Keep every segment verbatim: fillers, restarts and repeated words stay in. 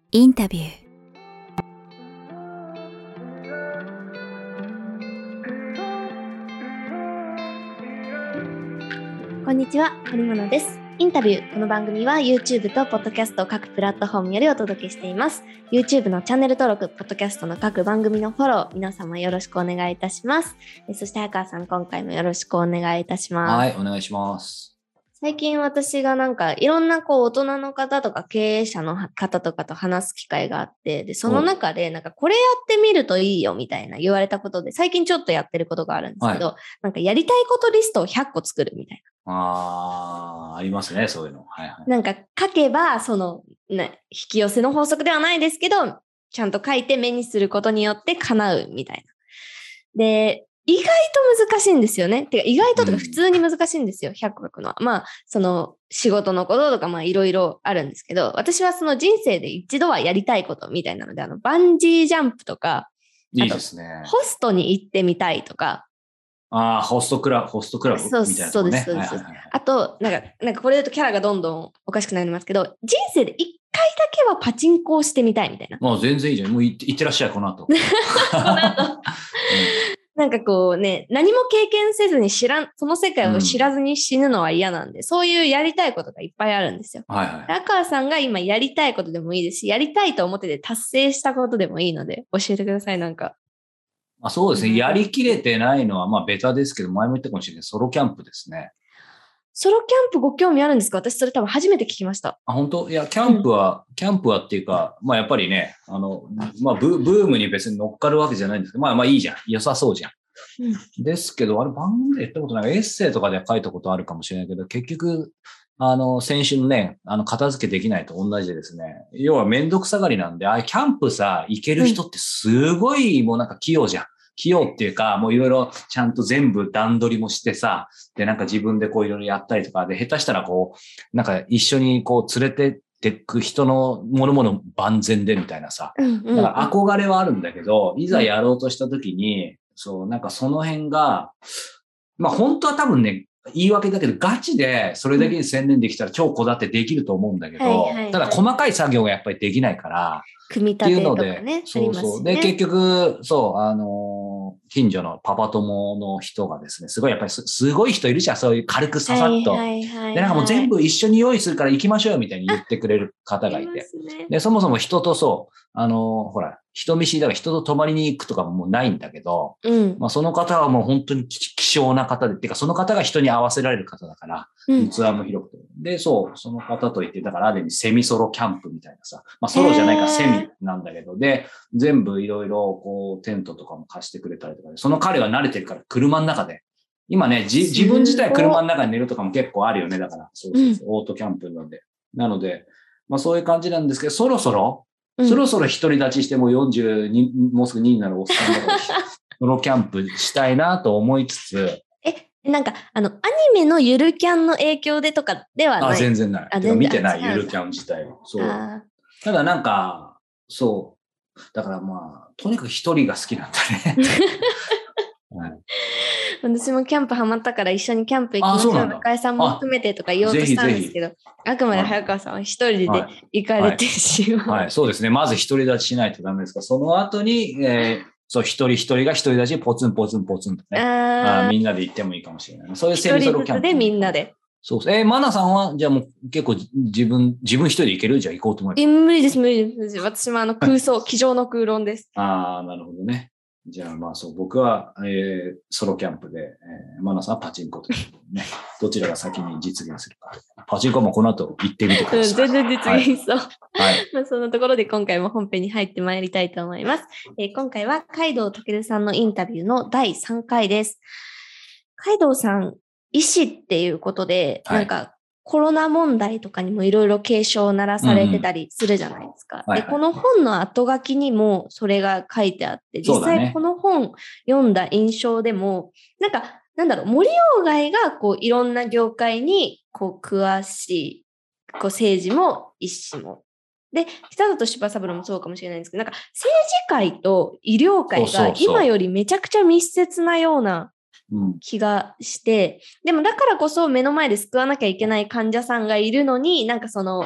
インタビュー。こんにちは、堀物です。インタビュー。この番組は YouTube と Podcast 各プラットフォームよりお届けしています。YouTube のチャンネル登録、Podcast の各番組のフォロー、皆様よろしくお願いいたします。そして早川さん、今回もよろしくお願いいたします。 はい、お願いします。 最近私がなんかいろんなこう大人の方とか経営者の方とかと話す機会があって、でその中でなんかこれやってみるといいよみたいな言われたことで、最近ちょっとやってることがあるんですけど、はい、なんかやりたいことリストをひゃっこ作るみたいな。 ああ、ありますね、そういうの。はいはい。 なんか書けばそのな引き寄せの法則ではないですけど、ちゃんと書いて目にすることによって叶うみたいな。で。意外と難しいんですよね。てか意外ととか普通に難しいんですよ。うん、ひゃっこ書くのは。まあ、その仕事のこととかまあいろいろあるんですけど、私はその人生で一度はやりたいことみたいなので、あの、バンジージャンプとか、 いいですね。 ホストに行ってみたいとか。 ああ、ホストクラブ、ホストクラブみたいな、ね。 そうです、そうです。はいはいはい、あと、なんか、なんかこれだとキャラがどんどんおかしくなりますけど、人生で一回だけはパチンコをしてみたいみたいな。 もう全然いいじゃん。もう行って、行ってらっしゃい、この後。 この後。うんなんかこうね、何も経験せずに知らん、その世界を知らずに死ぬのは嫌なんで、うん、そういうやりたいことがいっぱいあるんですよ。 はいはい。 赤川さんが今やりたいことでもいいですし、やりたいと思ってて達成したことでもいいので、教えてください、なんか。 あそうですね、うん、やりきれてないのは、まあベタですけど、前も言ったかもしれないソロキャンプですね。 ソロキャンプご興味あるんですか？私それ多分初めて聞きました。 あ、本当？いや、キャンプは、うん、キャンプはっていうか、まあやっぱりね、あの、まあブ、ブームに別に乗っかるわけじゃないんですけど、まあまあいいじゃん。良さそうじゃん。うん、ですけど、あれ番組で言ったことない。エッセイとかで書いたことあるかもしれないけど、結局、あの、先週のね、あの、片付けできないと同じでですね、要はめんどくさがりなんで、あれ、キャンプさ、行ける人ってすごい、もうなんか器用じゃん。器用っていうか、もういろいろちゃんと全部段取りもしてさ、で、なんか自分でこういろいろやったりとか、で、下手したらこう、なんか一緒にこう連れてってく人のものもの万全でみたいなさ、だから憧れはあるんだけど、いざやろうとしたときに、そう、なんかその辺が、まあ本当は多分ね、言い訳だけど、ガチでそれだけに専念できたら超小立てできると思うんだけど、はいはいはい、ただ細かい作業がやっぱりできないから、 組み立てとかね。 そうそう。で、結局、そう、あの、近所のパパ友の人がですね、すごいやっぱり す, すごい人いるじゃん、そういう軽くささっと、はいはいはいはい。で、なんかもう全部一緒に用意するから行きましょうよみたいに言ってくれる方がいて。ね、で、そもそも人とそう、あの、ほら、人見知りだから人と泊まりに行くとかももうないんだけど、うん、まあその方はもう本当に希少な方で、っていうかその方が人に合わせられる方だから、うん、器も広くて。で、そう、その方と言って、だからある意味セミソロキャンプみたいなさ、まあソロじゃないからセミなんだけど、で、全部いろいろこうテントとかも貸してくれたりとかで、その彼は慣れてるから車の中で、今ね、じ自分自体車の中に寝るとかも結構あるよね、だから、そうそうそう、うん、オートキャンプなんで。なので、まあそういう感じなんですけど、そろそろ、うん、そろそろ独り立ちしてもうよんじゅうに、もうすぐにになるおっさんだから、ソロキャンプしたいなと思いつつ、 え、なんか、あの、アニメのゆるキャンの影響でとかではない？ あ、全然ない。あ、全然見てない、ゆるキャン自体は。そう。ただなんか、そう。だからまあ、とにかく一人が好きなんだね。はい、 私もキャンプハマったから一緒にキャンプ行きましょう。中井さんも含めてとか言おうとしたんですけど、あくまで早川さんは一人で行かれてしまう、 はいはいはい。そうですね。まず一人立ちしないとダメですから、その後に、えー、そう、一人一人が一人立ちポツンポツンポツンとね。ああみんなで行ってもいいかもしれない。そういうセミソロキャンプ。 一人ずつでみんなで。 そうです。えー、マナさんは、じゃあもう結構自分、自分一人で行ける？じゃあ行こうと思います。 え、無理です、無理です。私もあの空想、机上の空論です。 ああ、なるほどね。じゃあまあそう、僕は、えー、ソロキャンプで、えー、マナさんはパチンコということでね、どちらが先に実現するか。パチンコもこの後行ってみてください。 うん、全然実現そう。はい。まあそんなところで今回も本編に入ってまいりたいと思います。えー、今回は海道健さんのインタビューのだいさんかいです。海道さん、医師っていうことで、はい、なんか、コロナ問題とかにもいろいろ警鐘を鳴らされてたりするじゃないですか。うんうん、で、はいはい、この本の後書きにもそれが書いてあって、実際この本読んだ印象でも、ね、なんか、なんだろう、森鴎外がこういろんな業界にこう詳しい、こう政治も医師も。で、北里柴三郎もそうかもしれないんですけど、なんか政治界と医療界が今よりめちゃくちゃ密接なような気がして、うん、でもだからこそ目の前で救わなきゃいけない患者さんがいるのに、なんかその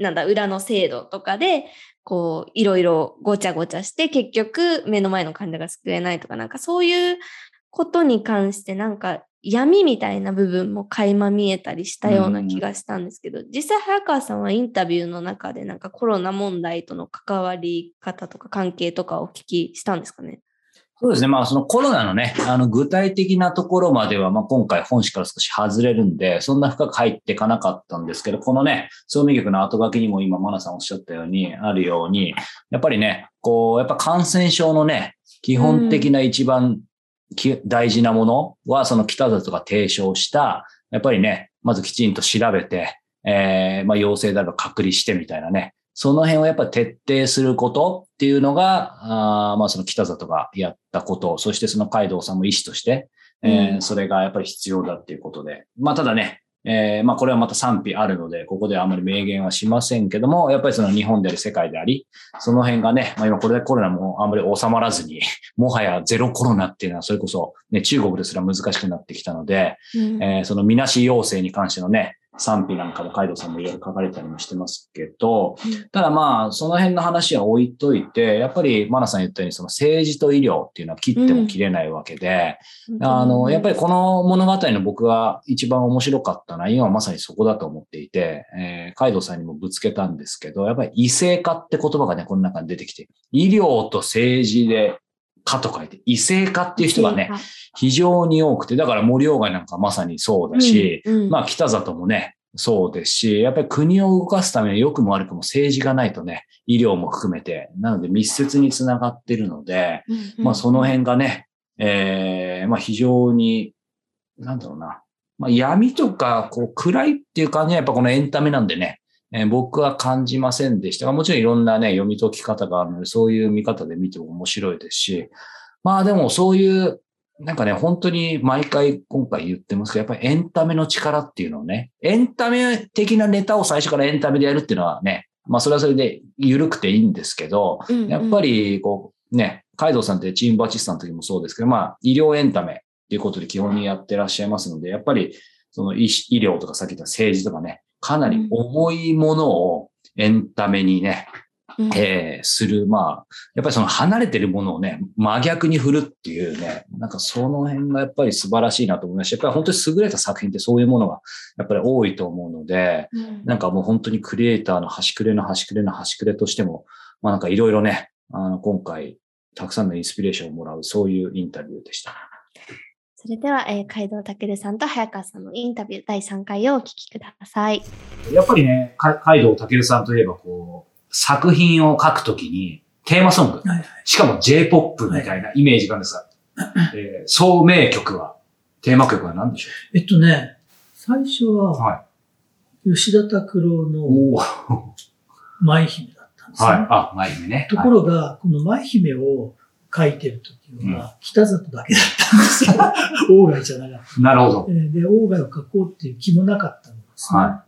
なんだ、裏の制度とかで、こう、いろいろごちゃごちゃして、結局、目の前の患者が救えないとか、なんかそういうことに関して、なんか闇みたいな部分も垣間見えたりしたような気がしたんですけど、実際、早川さんはインタビューの中で、なんかコロナ問題との関わり方とか関係とかお聞きしたんですかね？ そうですね。まあ、そのコロナのね、あの、具体的なところまでは、まあ、今回本誌から少し外れるんで、そんな深く入っていかなかったんですけど、このね、総務局の後書きにも今、マナさんおっしゃったように、あるように、やっぱりね、こう、やっぱ感染症のね、基本的な一番大事なものは、その北里が提唱した、やっぱりね、まずきちんと調べて、えー、まあ、陽性であれば隔離してみたいなね、その辺をやっぱり徹底することっていうのが、あまあその北里がやったこと、そしてその海道さんも医師として、えー、それがやっぱり必要だっていうことで。まあただね、えー、まあこれはまた賛否あるので、ここではあまり明言はしませんけども、やっぱりその日本であり世界であり、その辺がね、まあ今これでコロナもあんまり収まらずに、もはやゼロコロナっていうのはそれこそね、中国ですら難しくなってきたので、うんえー、そのみなし陽性に関してのね、賛否なんかも海道さんもいろいろ書かれたりもしてますけど、ただまあ、その辺の話は置いといて、やっぱりマナさん言ったようにその政治と医療っていうのは切っても切れないわけで、うん、あの、やっぱりこの物語の僕が一番面白かった内容はまさにそこだと思っていて、えー、海道さんにもぶつけたんですけど、やっぱり異性化って言葉がね、この中に出てきて、医療と政治で化と書いて、異性化っていう人がね、非常に多くて、だから森鴎外なんかまさにそうだし、うんうん、まあ北里もね、そうですし、やっぱり国を動かすために良くも悪くも政治がないとね、医療も含めて、なので密接につながってるので、うんうん、まあその辺がね、えー、まあ非常に、なんだろうな、まあ闇とかこう暗いっていう感じはやっぱこのエンタメなんでね、えー、僕は感じませんでしたが、もちろんいろんなね、読み解き方があるので、そういう見方で見ても面白いですし、まあでもそういう、なんかね、本当に毎回今回言ってますけど、やっぱりエンタメの力っていうのをね、エンタメ的なネタを最初からエンタメでやるっていうのはね、まあそれはそれで緩くていいんですけど、うんうん、やっぱりこうね、海道さんってチームバチスタの時もそうですけど、まあ医療エンタメっていうことで基本にやってらっしゃいますので、やっぱりその医療とかさっき言った政治とかね、かなり重いものをエンタメにね、うんえー、する、まあ、やっぱりその離れてるものをね、真逆に振るっていうね、なんかその辺がやっぱり素晴らしいなと思いました。やっぱり本当に優れた作品ってそういうものがやっぱり多いと思うので、うん、なんかもう本当にクリエイターの端くれの端くれの端くれとしても、まあなんかいろいろね、あの今回たくさんのインスピレーションをもらうそういうインタビューでした。 それでは、えー、海道健さんと早川さんのインタビューだいさんかいをお聞きください。 やっぱりね、海道健さんといえばこう、作品を書くときにテーマソング、はいはい、しかも J-ポップ みたいなイメージがあるんですが、はいえー、総名曲は、テーマ曲は何でしょう？えっとね、最初は、吉田拓郎の舞姫だったんですね。はい、 あ、舞姫ね。 ところが、この舞姫を書いてるときは、北里だけだったんですよ。鴎外じゃなかった。 なるほど。 で、鴎外を書こうっていう気もなかったんですね。はい、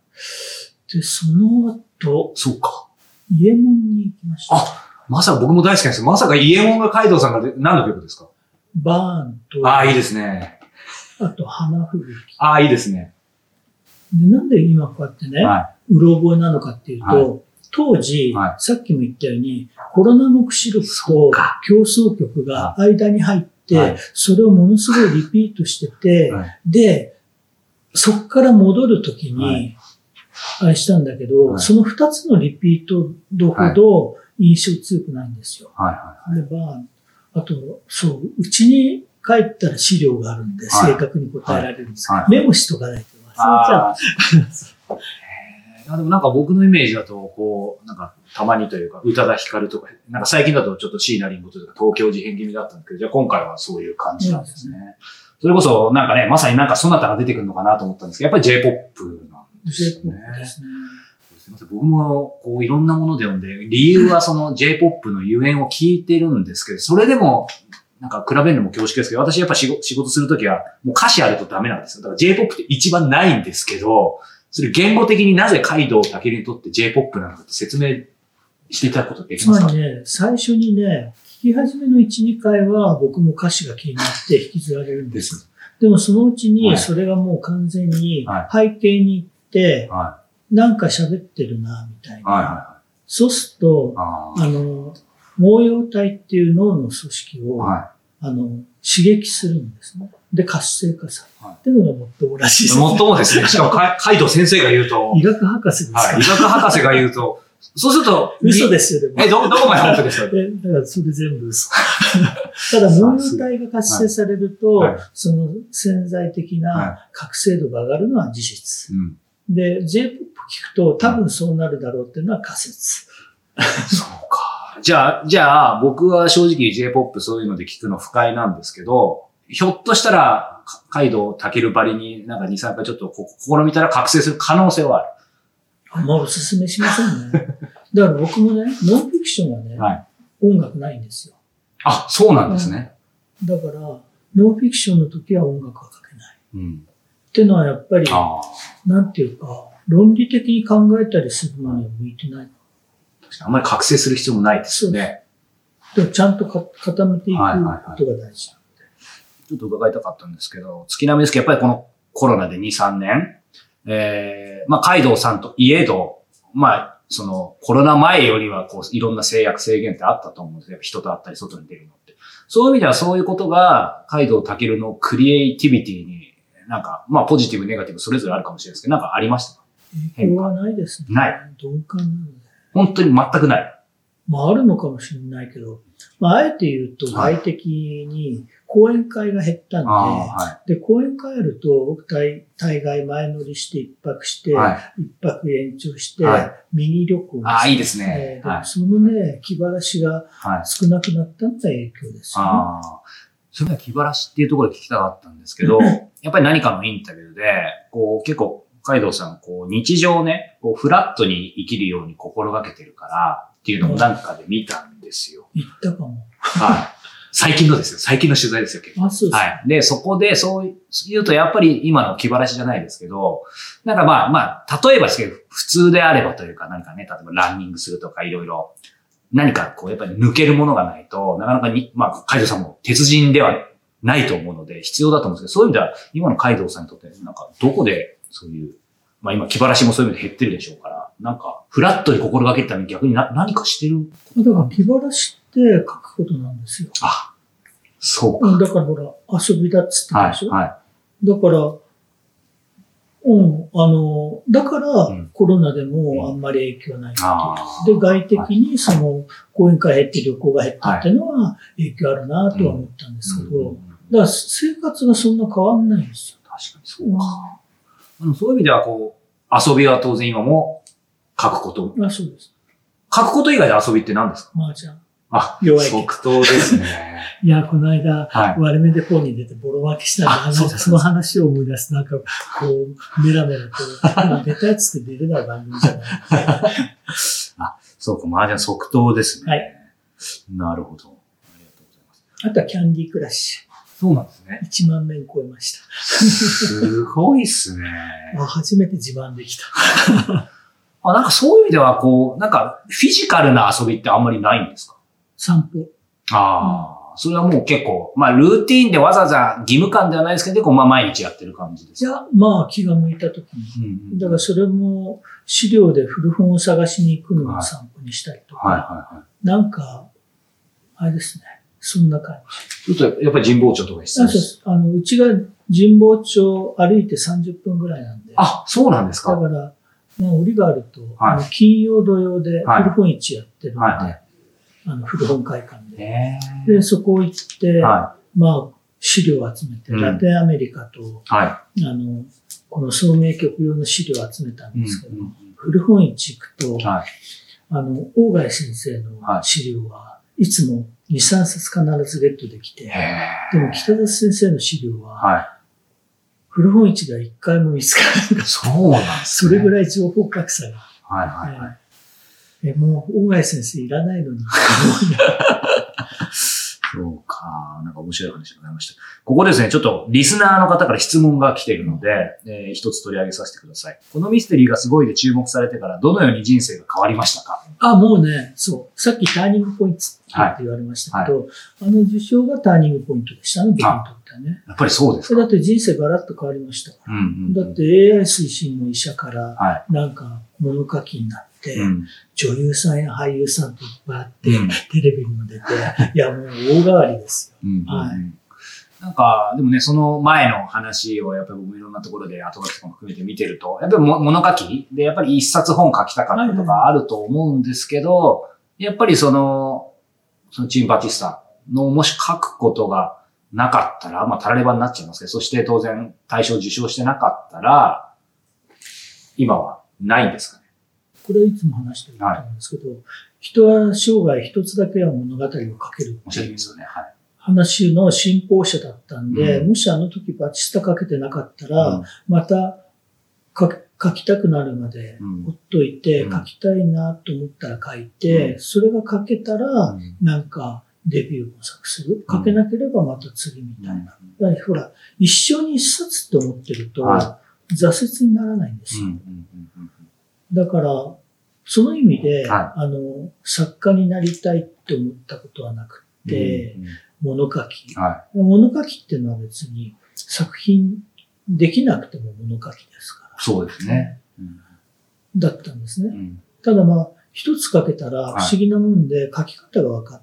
で、その後、 そうか。 伊右衛門に行きました。 あ、まさか僕も大好きなんですよ。まさか伊右衛門が海道さんが何の曲ですか？ バーンと。 ああ、いいですね。 あと、花吹雪。 ああ、いいですね。 で、なんで今こうやってね、はい、うろ覚えなのかっていうと、はい、当時、はい、さっきも言ったように、コロナ目視録と競争曲が間に入って、はい、それをものすごいリピートしてて、はい、で、そっから戻るときに、はいあれしたんだけど、はい、その二つのリピート度ほど印象強くないんですよ。はいはいはい、で、まあ、あと、そう、うちに帰ったら資料があるんで、はい、正確に答えられるんですけど、はいはい、メモしとかないと忘れちゃう。 えー、でもなんか僕のイメージだと、こう、なんかたまにというか、宇多田ヒカルとか、なんか最近だとちょっと椎名林檎というか東京事変気味だったんですけど、じゃあ今回はそういう感じなんですね。それこそなんかね、まさになんかそなたが出てくるのかなと思ったんですけど、やっぱり J-ポップ ですね。ですね。すみません。僕もこういろんなもので読んで、理由はその J-ポップ のゆえんを聞いてるんですけど、それでもなんか比べるのも恐縮ですけど、私やっぱ仕事、仕事するときはもう歌詞あるとダメなんですよ。だから J-ポップ って一番ないんですけど、それ言語的になぜ海道健にとって J-ポップ なのかって説明していただくことできますか？ つまりね、最初にね、聞き始めのいち、にかいは僕も歌詞が気になって引きずられるんです。でもそのうちにそれがもう完全に背景に行って、はい、 なんか喋ってるな、みたいな。 はいはいはい、 そうすると、あの、毛様体っていう脳の組織を、はい、あの、刺激するんですね。で、活性化される。っていうのがもっともらしいですね。 もっともですね。しかも、海藤先生が言うと。 医学博士ですか、 はい。医学博士が言うと、そうすると。 嘘ですよ、でも。 え、ど、どこまで本当ですか？ え、だからそれ全部嘘。ただ、毛様体が活性されると、はい、その潜在的な覚醒度が上がるのは事実。はい、で、J-ポップ 聞くと多分そうなるだろうっていうのは仮説。 そうか。じゃあ、じゃあ、僕は正直 J-ポップ そういうので聞くの不快なんですけど、ひょっとしたら、海藤健ばりになんかに、さんかいちょっと試みたら覚醒する可能性はある。 あんまおすすめしませんね。だから僕もね、ノンフィクションはね、はい、音楽ないんですよ。 あ、そうなんですね。 だから、ノンフィクションの時は音楽は書けない。うん、っていうのはやっぱり、なんていうか、論理的に考えたりするのには向いてない。 あんまり覚醒する必要もないですよね。 でもちゃんとか固めていくことが大事なので、はいはいはい。ちょっと伺いたかったんですけど、月並みですけど、やっぱりこのコロナでに、さんねん、えー、まあ、海藤さんといえど、まあ、そのコロナ前よりはこういろんな制約制限ってあったと思うんですよ。人と会ったり外に出るのって。そういう意味ではそういうことが海藤健のクリエイティビティになんか、まあポジティブ、ネガティブそれぞれあるかもしれないですけど、なんかありましたか？ 影響はないですね。 ない。 鈍感なので。 本当に全くない。 まああるのかもしれないけど、まああえて言うと外的に講演会が減ったんで、はい、で、講演会あると大、大概前乗りして一泊して、はい、一泊延長して、はい、ミニ旅行して、 ああ、いいですね。 ではい、そのね、気晴らしが少なくなったのが影響ですよね。 ああ、それは気晴らしっていうところで聞きたかったんですけど、やっぱり何かのインタビューで、こう結構、海藤さん、こう日常をね、こうフラットに生きるように心がけてるから、っていうのもなんかで見たんですよ。 言ったかも。 はい。最近のですよ。最近の取材ですよ、結構。 あ、そうです。 はい。で、そこで、そう言うと、やっぱり今の気晴らしじゃないですけど、なんかまあ、まあ、例えばですけど、普通であればというか、何かね、例えばランニングするとか、いろいろ、何かこう、やっぱり抜けるものがないと、なかなかに、まあ、海藤さんも鉄人ではないと思うので、必要だと思うんですけど、そういう意味では、今の海藤さんにとって、なんか、どこで、そういう、まあ今、気晴らしもそういう意味で減ってるでしょうから、なんか、フラットに心がけるために逆にな何かしてる？ だから、気晴らしって書くことなんですよ。 あ、そうか。 だからほら、遊びだっつってたでしょ、 はいはい、 だから、うん、あの、だから、うん、コロナでもあんまり影響ないっていう。で、外的にその、講演会減って旅行が減ったっていうのは影響あるなとは思ったんですけど、だから生活がそんな変わんないんですよ。 確かにそうか。うん、そういう意味では、こう、遊びは当然今も書くこと。 あ、そうです。 書くこと以外で遊びって何ですか？ 麻雀。 あ、弱い。即答ですね。 いや、この間、はい、割れ目でポーに出てボロ負けしたんで、そ, その話を思い出す。なんか、こう、メラメラと、出たやつって出れない番組じゃない。 あ、そうか、麻雀即答ですね。 はい。 なるほど。ありがとうございます。 あとはキャンディークラッシュ。 そうなんですね。 いちまんめん超えました。 すごいっすね。 あ、初めて自慢できた。 あ、なんかそういう意味では、こう、なんかフィジカルな遊びってあんまりないんですか？ 散歩。 ああ、うん、それはもう結構、まあルーティーンでわざわざ義務感ではないですけど、結構まあ毎日やってる感じですか？ いや、まあ気が向いた時に。うんうん、だからそれも資料で古本を探しに行くのを散歩にしたりとか。はいはいはいはい、なんか、あれですね。そんな感じ。ちょっとやっぱり神保町とか必要です。 あの、うちが神保町歩いてさんじゅっぷんぐらいなんで。 あ、そうなんですか。 だから、まあ、折があると、はい、金曜土曜で古本市やってるので、はいはい、あの古本会館で。で、そこ行って、はい、まあ、資料を集めて、うん、ラテンアメリカと、はい、あの、この奏鳴曲用の資料を集めたんですけど、うんうん、古本市行くと、はい、あの、大貝先生の資料はいつもに、さんさつ必ずゲットできて、でも北田先生の資料は、はい、古本市では一回も見つからない。 そうなんですね。それぐらい情報格差が。 はいはいはい。 え、もう、大貝先生いらないのに。 そうか。なんか面白い話でございました。ここですね、ちょっとリスナーの方から質問が来ているので、えー、一つ取り上げさせてください。このミステリーがすごいで注目されてからどのように人生が変わりましたか？ あ、もうね、そう。さっきターニングポイントって言われましたけど、はいはい、あの受賞がターニングポイントでしたね、僕にとってはね。 やっぱりそうですか。 だって人生ガラッと変わりました。うんうんうん、だって エーアイ 推進の医者から、なんか物書きになって、はい、女優さんや俳優さんといっぱいあって、うん、テレビにも出て、いやもう大変わりですよ。うんうんうん、はい。 なんか、でもね、その前の話をやっぱり僕いろんなところで後書きとかも含めて見てると、やっぱり物書きでやっぱり一冊本書きたかったとかあると思うんですけど、やっぱりその、そのチームバティスタのもし書くことがなかったら、まあタラレバになっちゃいますけど、そして当然大賞受賞してなかったら、今はないんですかね。 これはいつも話してると思うんですけど、はい、人は生涯一つだけは物語を書けるっていう。 おっしゃるんですよね。はい。 話の信奉者だったんで、うん、もしあの時バチスタかけてなかったら、うん、また書きたくなるまでほっといて、うん、書きたいなと思ったら書いて、うん、それが書けたら、うん、なんかデビューを模索する。書けなければまた次みたいな。うん、だからほら、一生に一冊って思ってると、はい、挫折にならないんですよ。だから、その意味で、はい、あの、作家になりたいって思ったことはなくて、うんうん、物書き、はい。物書きっていうのは別に作品できなくても物書きですから。 そうですね。 うん、だったんですね。うん、ただまあ、一つ書けたら不思議なもんで書き方が分かって、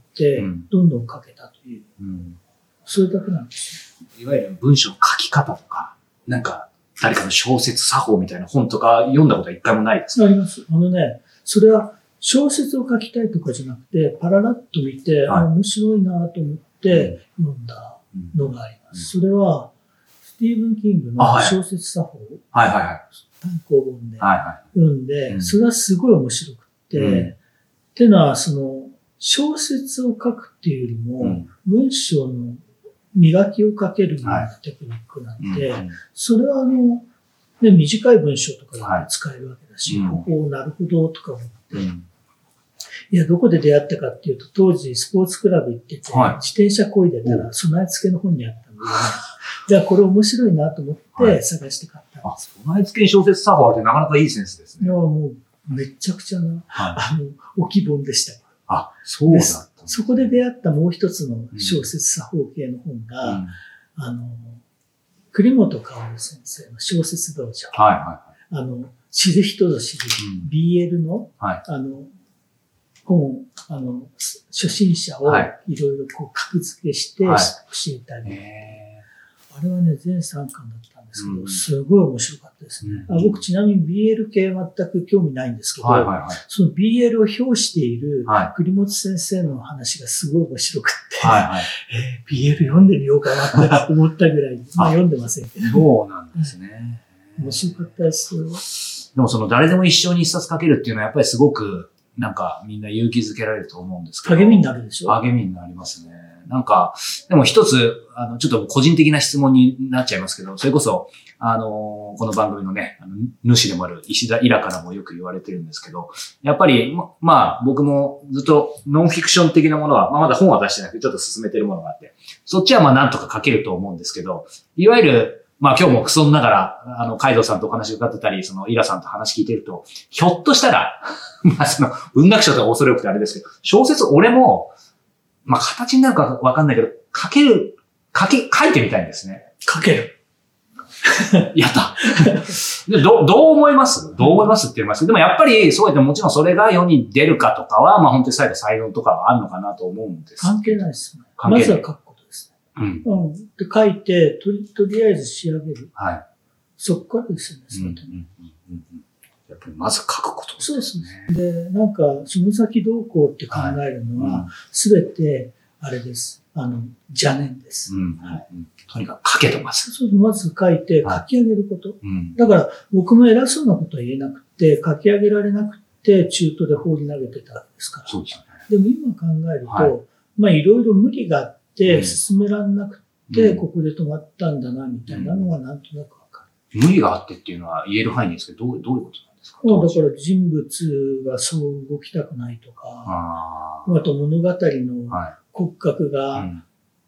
どんどん書けたという。うん、それだけなんですよ。いわゆる文章の書き方とか、なんか誰かの小説作法みたいな本とか読んだことは一回もないですか？ あります。あのね、それは小説を書きたいとかじゃなくて、パララッと見て、はい、面白いなと思って、で読んだのがあります。うん、それは、スティーブン・キングの小説作法、 はいはいはい、 単行本で読んで、それはすごい面白くて、うん、っていうのは、その、小説を書くっていうよりも、うん、文章の磨きをかけるようなテクニックなんで、はい、それはあの、ね、短い文章とかで使えるわけだし、はい、ここをなるほどとか思って、うんいや、どこで出会ったかっていうと、当時スポーツクラブ行ってて、はい、自転車漕いでたら備え付けの本にあったんで、ね、じゃあこれ面白いなと思って探して買ったんです。 はい、あ、備え付け小説作法ってなかなかいいセンスですね。 いや、もうめちゃくちゃな、はい、あの、置き本でしたよ。 あ、そうだった、ね。 そこで出会ったもう一つの小説作法系の本が、うん、あの、栗本薫先生の小説道場。はいはいはい、あの、知る人ぞ知る ビーエル の、はい、あの、本、あの、初心者をいろいろこう格付けして教えたり、はい、あれはね、全さんかんだったんですけど、うん、すごい面白かったですね。うん、あ僕ちなみに ビーエル 系全く興味ないんですけど、はいはいはい、その ビーエル を表している栗本先生の話がすごい面白くって、はいはいえー、ビーエル 読んでみようかなって思ったぐらい、まあ読んでませんけど。 そうなんですね。 面白かったですよ。 でもその誰でも一生に一冊書けるっていうのはやっぱりすごくなんかみんな勇気づけられると思うんですけど。 励みになるでしょ？ 励みになりますね。なんか、でも一つ、あの、ちょっと個人的な質問になっちゃいますけど、それこそ、あの、この番組のね、あの主でもある石田イラからもよく言われてるんですけど、やっぱり、ま、まあ、僕もずっとノンフィクション的なものは、まあ、まだ本は出してなくて、ちょっと進めてるものがあって、そっちはまあなんとか書けると思うんですけど、いわゆる、まあ今日もそんながら、あの、カイドウさんとお話を伺ってたり、そのイラさんと話聞いてると、ひょっとしたら、まあその、文学賞とか恐れ多くてあれですけど、小説俺も、まあ形になるかわかんないけど、書ける、書け、書いてみたいんですね。 書ける。 やったでど。どう思いますどう思いますって言いますけど、でもやっぱり、そうやってもちろんそれが世に出るかとかは、まあ本当に最後才能とかはあるのかなと思うんです。 関係ないですね。関係ない。まずは書くことですね。うん。うん。で、書いて、とり、とりあえず仕上げる。はい。そっからですよね、その時に。 やっぱりまず書くことですね。そうですね。で、なんか、その先どうこうって考えるのは、すべて、あれです。あの、邪念です。うんはい、 とにかく書けとます。 そう、まず書いて書き上げること。はいうん、だから、僕も偉そうなことは言えなくて、書き上げられなくて、中途で放り投げてたわけですから。そうですね。でも今考えると、はい、まあいろいろ無理があって、進められなくて、うん、ここで止まったんだな、みたいなのはなんとなくわかる。無理があってっていうのは言える範囲ですけど、どう、どういうことなんですか？ だから人物がそう動きたくないとか、あ, あと物語の骨格が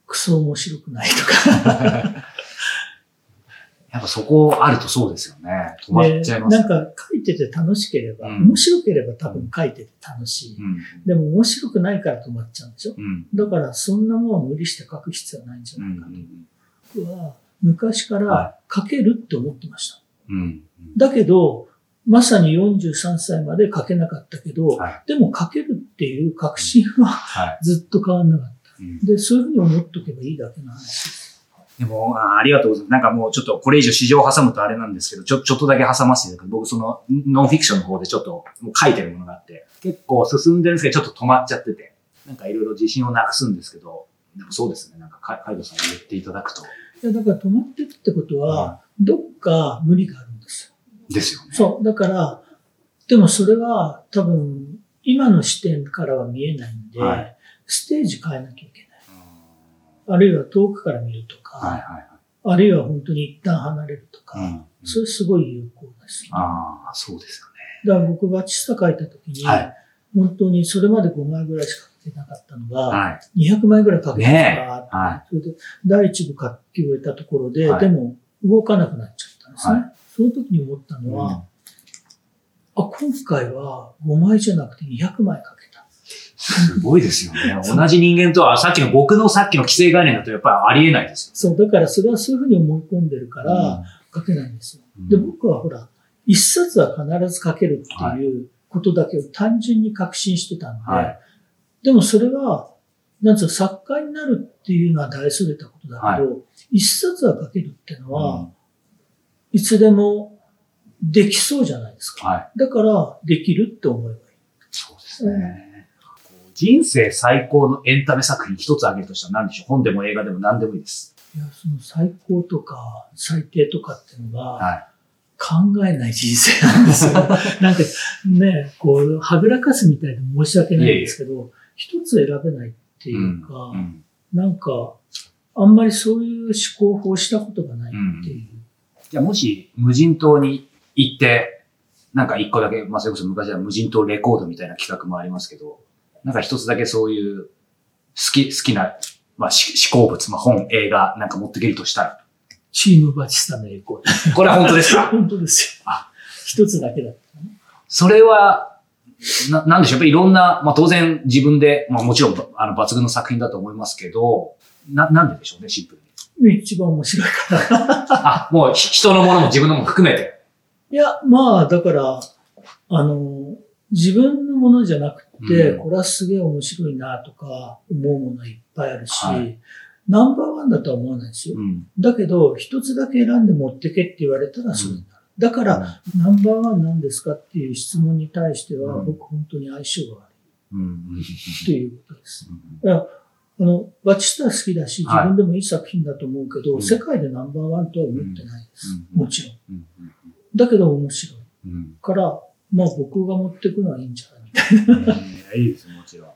クソ面白くないとか。 やっぱそこあるとそうですよね。止まっちゃいます、 ね。なんか書いてて楽しければ、うん、面白ければ多分書いてて楽しい、うん。でも面白くないから止まっちゃうんでしょ、うん、だからそんなもん無理して書く必要はないんじゃないかと。僕、うん、は昔から書けるって思ってました。うん、だけど、まさによんじゅうさんさいまで書けなかったけど、はい、でも書けるっていう確信はずっと変わんなかった、はい。で、そういうふうに思っとけばいいだけの話です。 でもあ、ありがとうございます。なんかもうちょっとこれ以上市場を挟むとあれなんですけど、ちょ、ちょっとだけ挟ませていただく。僕そのノンフィクションの方でちょっともう書いてるものがあって、結構進んでるんですけど、ちょっと止まっちゃってて、なんかいろいろ自信をなくすんですけど、でもそうですね。なんかカイドさんに言っていただくと。 いや、だから止まってるってことは、うん、どっか無理があるんですよ。 ですよね。 そう。だから、でもそれは多分今の視点からは見えないんで、はい、ステージ変えなきゃいけない。あるいは遠くから見るとか、はいはいはい、あるいは本当に一旦離れるとか、うん、それすごい有効です、ね。 ああ、そうですよね。だから僕バチスタ書いた時に、はい、本当にそれまでごまいぐらいしか書けなかったのが、はい、にひゃくまいぐらい書けたから、ねはい、それで第一部書き終えたところで、はい、でも動かなくなっちゃったんですね。はい、その時に思ったのは、うん、あ、今回はごまいじゃなくてにひゃくまい書けた。 すごいですよね。同じ人間とは、さっきの僕のさっきの既成概念だとやっぱりありえないですよ。 そう、だからそれはそういうふうに思い込んでるから書けないんですよ。うん、で、僕はほら、一冊は必ず書けるっていうことだけを単純に確信してたんで、はい、でもそれは、なんつうか作家になるっていうのは大それたことだけど、はい、一冊は書けるっていうのは、うん、いつでもできそうじゃないですか。はい、だからできるって思えばいい。 そうですね。うん人生最高のエンタメ作品一つ挙げるとしたら何でしょう？本でも映画でも何でもいいです。 いや、その最高とか最低とかっていうのは、はい、考えない人生なんですよ。なんかね、こう、はぐらかすみたいで申し訳ないんですけど、一つ選べないっていうか、うんうん、なんか、あんまりそういう思考法をしたことがないっていう。うん、 じゃあもし無人島に行って、なんか一個だけ、まあそれこそ昔は無人島レコードみたいな企画もありますけど、なんか一つだけそういう好き、好きな、まあ、思考物、まあ、本、映画なんか持ってけるとしたら。 チームバチスタの栄光。 これは本当ですか？ 本当ですよ。あ、一つだけだったね。 それは、な、なんでしょう。やっぱりいろんな、まあ当然自分で、まあもちろん、あの、抜群の作品だと思いますけど、な、なんででしょうね、シンプルに。一番面白いから。 あ、もう人のものも自分のも含めて。 いや、まあ、だから、あの、自分のものじゃなくて、うん、これはすげえ面白いなとか思うものいっぱいあるし、はい、ナンバーワンだとは思わないですよ。うん、だけど、一つだけ選んで持ってけって言われたらそれになる。うん、だから、うん、ナンバーワンなんですかっていう質問に対しては、うん、僕本当に相性が悪い。うん、っていうことです。うん、いやあの、バチスタは好きだし、自分でもいい作品だと思うけど、はい、世界でナンバーワンとは思ってないです。もちろん。だけど面白い。から、まあ僕が持っていくのはいいんじゃないみたいな。 いいです、もちろん。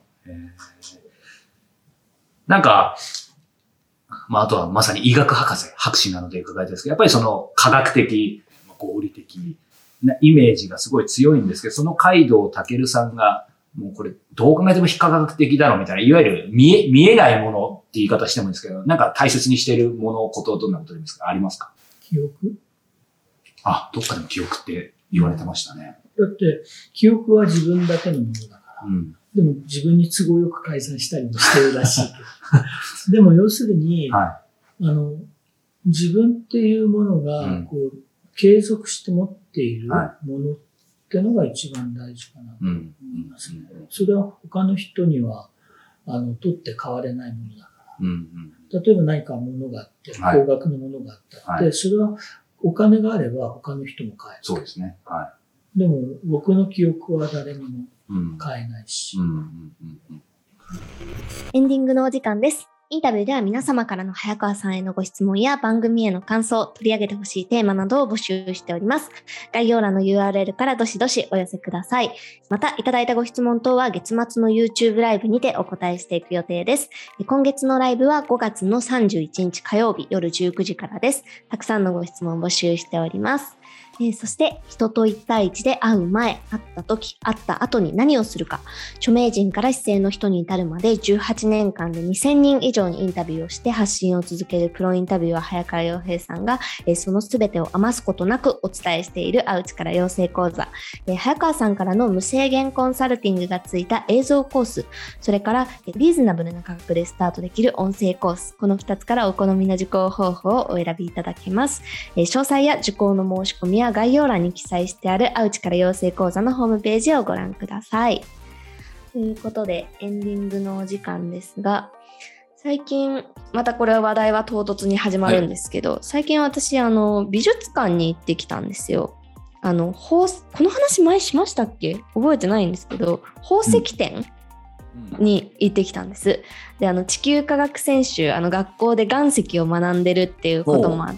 なんか、まああとはまさに医学博士、博士なので伺いたいですけど、やっぱりその科学的、合理的なイメージがすごい強いんですけど、その海道健さんが、もうこれどう考えても非科学的だろうみたいな、いわゆる見え、見えないものって言い方してもいいんですけど、なんか大切にしているもの、ことどんなことですか？ありますか？ 記憶？ あ、どっかでも記憶って言われてましたね。 だって、記憶は自分だけのものだから、うん、でも自分に都合よく改ざんしたりもしてるらしいけど。でも要するに、はい、あの、自分っていうものが、こう、うん、継続して持っているものってのが一番大事かなと思いますね。うんうん、それは他の人には、あの、取って代われないものだから。うんうん、例えば何か物があって、高額のものがあったって、はい、それはお金があれば他の人も買える。 そうですね。はい。 でも僕の記憶は誰にも買えないし。 エンディングのお時間です。インタビューでは皆様からの早川さんへのご質問や番組への感想、取り上げてほしいテーマなどを募集しております。概要欄の ユーアールエル からどしどしお寄せください。また、いただいたご質問等は月末の YouTube ライブにてお答えしていく予定です。今月のライブはごがつのさんじゅういちにち火曜日夜じゅうくじからです。たくさんのご質問を募集しております。 えー、そして人と一対一で会う前、会った時、会った後に何をするか、著名人から市井の人に至るまでじゅうはちねんかんでにせんにん以上にインタビューをして発信を続けるプロインタビュアー早川洋平さんが、えー、そのすべてを余すことなくお伝えしている会う力養成講座、えー、早川さんからの無制限コンサルティングがついた映像コース、それからリーズナブルな価格でスタートできる音声コース、このふたつからお好みの受講方法をお選びいただけます。えー、詳細や受講の申し込みは概要欄に記載してある会う力養成講座のホームページをご覧ください。ということでエンディングのお時間ですが、最近またこれは話題は唐突に始まるんですけど、はい、最近私あの美術館に行ってきたんですよ。あの宝この話前しましたっけ？覚えてないんですけど、宝石展、うん、に行ってきたんです。で、あの地球科学専修、あの学校で岩石を学んでるっていうこともあって、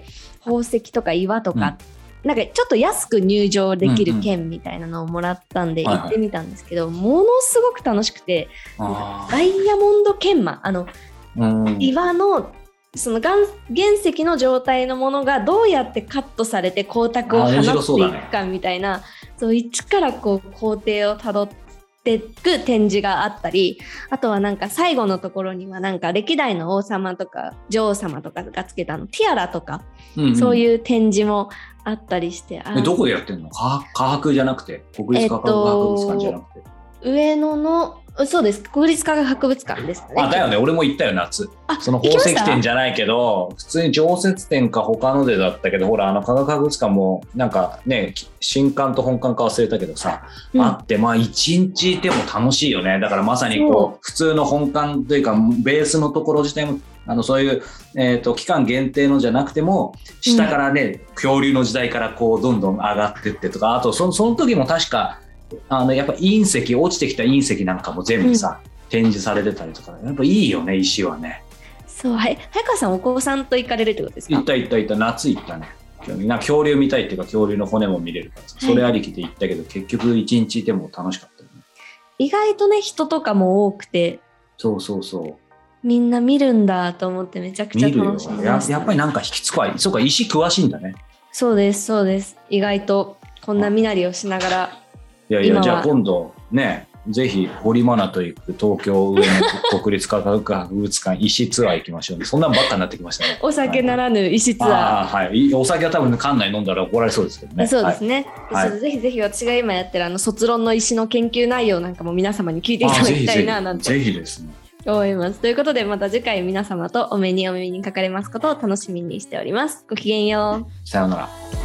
宝石とか岩とか、うんなんかちょっと安く入場できる券みたいなのをもらったんで行ってみたんですけど、うんうん、ものすごく楽しくて、ダイヤモンド研磨、あの、うん、岩のその 岩, 原石の状態のものがどうやってカットされて光沢を放っていくかみたいな、そう、ね、そう一からこう工程をたどっていく展示があったり、あとはなんか最後のところにはなんか歴代の王様とか女王様とかがつけたのティアラとか、うんうん、そういう展示もあったりして、 どこでやってんの？科博じゃなくて国立科学博物館じゃなくて、 えっと、上野のそうです国立科学博物館ですね。 あだよね、俺も行ったよ夏。その宝石展じゃないけど普通に常設展か他のでだったけど、ほらあの科学博物館もなんかね新館と本館か忘れたけどさ、うん、あってまあ一日いても楽しいよね。だからまさにこう普通の本館というかベースのところ自体もあのそういう、えーと、期間限定のじゃなくても下からね、うん、恐竜の時代からこうどんどん上がってってとか、あと そ, その時も確かあのやっぱ隕石落ちてきた隕石なんかも全部さ、うん、展示されてたりとか、やっぱいいよね石はね。 そう、はい、早川さんお子さんと行かれるってことですか？ 行った行った行った夏行ったね。なんか恐竜見たいっていうか恐竜の骨も見れるからさ、はい、それありきで行ったけど結局一日いても楽しかったよね。 意外とね人とかも多くて、 そうそうそう、 みんな見るんだと思ってめちゃくちゃ楽しみました、ね、 や, やっぱりなんか引きつくわ。そうか石詳しいんだね。 そうですそうです、意外とこんな身なりをしながら。 いやいやじゃあ今度ねぜひ堀真奈と行く東京上野国立科学博物館石ツアー行きましょう、ね、そんなんばっかになってきましたね。 お酒ならぬ石ツアー、 あ、はい、お酒は多分館内飲んだら怒られそうですけどね。 そうですね、はい、ぜひぜひ私が今やってるあの卒論の石の研究内容なんかも皆様に聞いていただきたいななんてぜひですね思います。ということでまた次回皆様とお目にお耳にかかれますことを楽しみにしております。ごきげんよう。 さようなら。